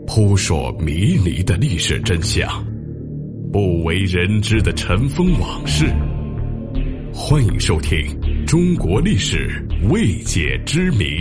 扑朔迷离的历史真相，不为人知的尘封往事。欢迎收听《中国历史未解之谜》。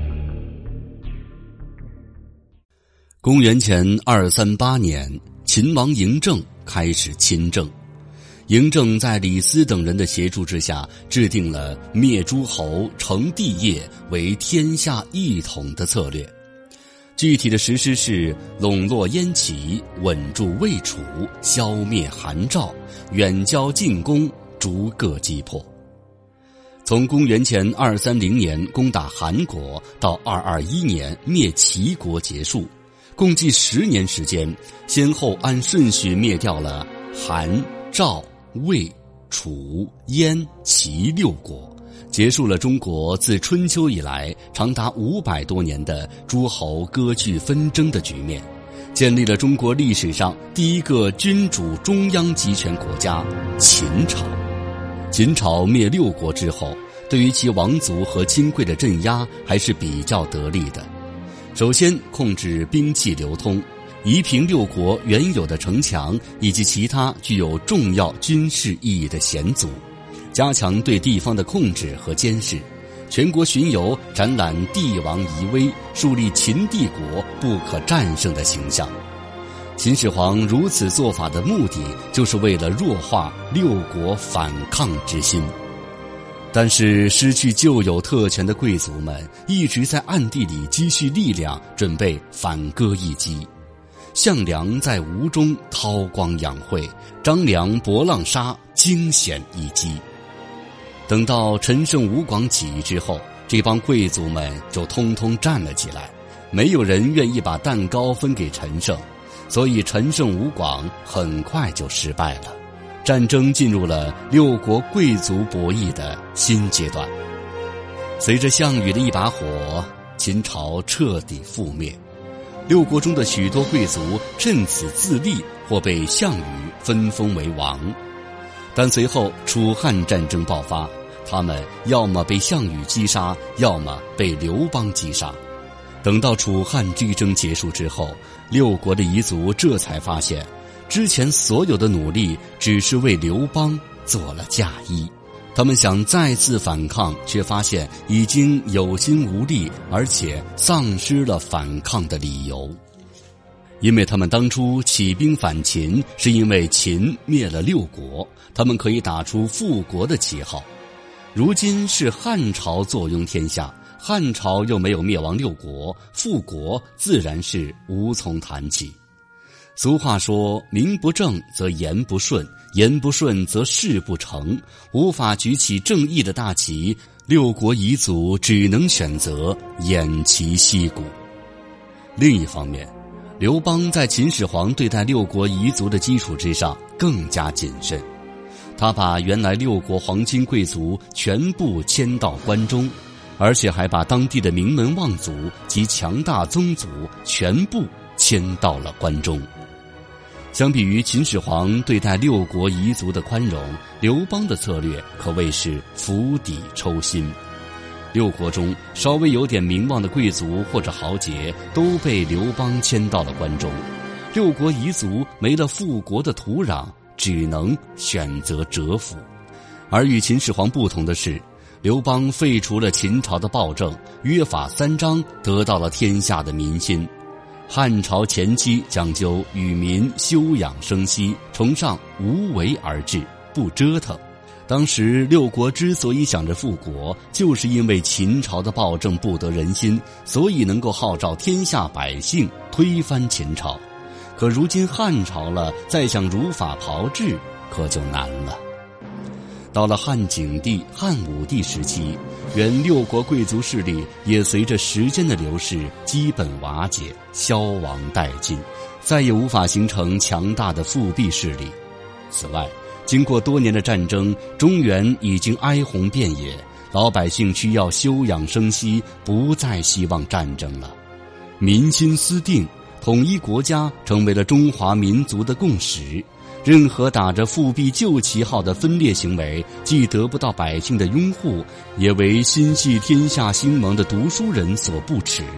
公元前238年，秦王嬴政开始亲政。嬴政在李斯等人的协助之下，制定了灭诸侯、成帝业为天下一统的策略。具体的实施是笼络燕齐，稳住魏楚，消灭韩赵，远交近攻，逐个击破。从公元前230年攻打韩国到221年灭齐国结束，共计10年时间，先后按顺序灭掉了韩、赵、魏、楚、燕、齐6国，结束了中国自春秋以来长达500多年的诸侯割据纷争的局面，建立了中国历史上第一个君主中央集权国家秦朝。秦朝灭6国之后，对于其王族和亲贵的镇压还是比较得力的。首先控制兵器流通，夷平6国原有的城墙以及其他具有重要军事意义的险阻，加强对地方的控制和监视，全国巡游展览帝王遗威，树立秦帝国不可战胜的形象。秦始皇如此做法的目的，就是为了弱化6国反抗之心。但是失去旧有特权的贵族们一直在暗地里积蓄力量，准备反戈一击。项梁在吴中韬光养晦，张良博浪沙，惊险一击。等到陈胜吴广起义之后，这帮贵族们就通通站了起来，没有人愿意把蛋糕分给陈胜，所以陈胜吴广很快就失败了。战争进入了6国贵族博弈的新阶段。随着项羽的一把火，秦朝彻底覆灭。6国中的许多贵族趁此自立，或被项羽分封为王。但随后楚汉战争爆发，他们要么被项羽击杀，要么被刘邦击杀。等到楚汉之争结束之后，6国的彝族这才发现，之前所有的努力只是为刘邦做了嫁衣。他们想再次反抗，却发现已经有心无力，而且丧失了反抗的理由。因为他们当初起兵反秦，是因为秦灭了6国，他们可以打出复国的旗号。如今是汉朝坐拥天下，汉朝又没有灭亡6国，复国自然是无从谈起。俗话说，名不正则言不顺，言不顺则事不成，无法举起正义的大旗，6国彝族只能选择偃旗息鼓。另一方面，刘邦在秦始皇对待6国彝族的基础之上更加谨慎，他把原来6国皇亲贵族全部迁到关中，而且还把当地的名门望族及强大宗族全部迁到了关中。相比于秦始皇对待6国彝族的宽容，刘邦的策略可谓是釜底抽薪。6国中稍微有点名望的贵族或者豪杰都被刘邦迁到了关中，6国彝族没了复国的土壤，只能选择蛰伏。而与秦始皇不同的是，刘邦废除了秦朝的暴政，约法3章得到了天下的民心。汉朝前期讲究与民休养生息，崇尚无为而治，不折腾。当时6国之所以想着复国，就是因为秦朝的暴政不得人心，所以能够号召天下百姓推翻秦朝。可如今汉朝了，再想如法炮制可就难了。到了汉景帝、汉武帝时期，原6国贵族势力也随着时间的流逝基本瓦解，消亡殆尽，再也无法形成强大的复辟势力。此外，经过多年的战争，中原已经哀鸿遍野，老百姓需要休养生息，不再希望战争了。民心思定，统一国家成为了中华民族的共识。任何打着复辟旧旗号的分裂行为，既得不到百姓的拥护，也为心系天下兴亡的读书人所不齿。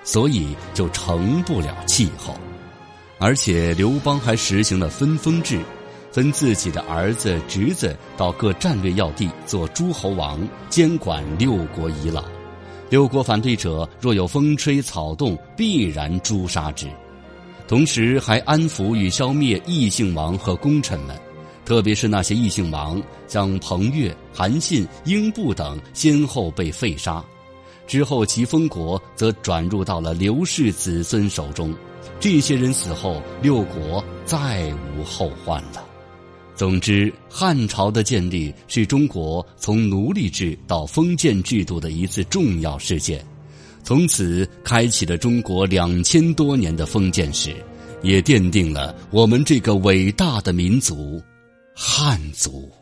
所以就成不了气候。而且刘邦还实行了分封制，分自己的儿子侄子到各战略要地做诸侯王，监管六国遗老。六国反对者若有风吹草动，必然诛杀之。同时还安抚与消灭异姓王和功臣们，特别是那些异姓王，像彭越、韩信、英布等先后被废杀。之后其封国则转入到了刘氏子孙手中，这些人死后，六国再无后患了。总之，汉朝的建立是中国从奴隶制到封建制度的一次重要事件，从此开启了中国2000多年的封建史，也奠定了我们这个伟大的民族——汉族。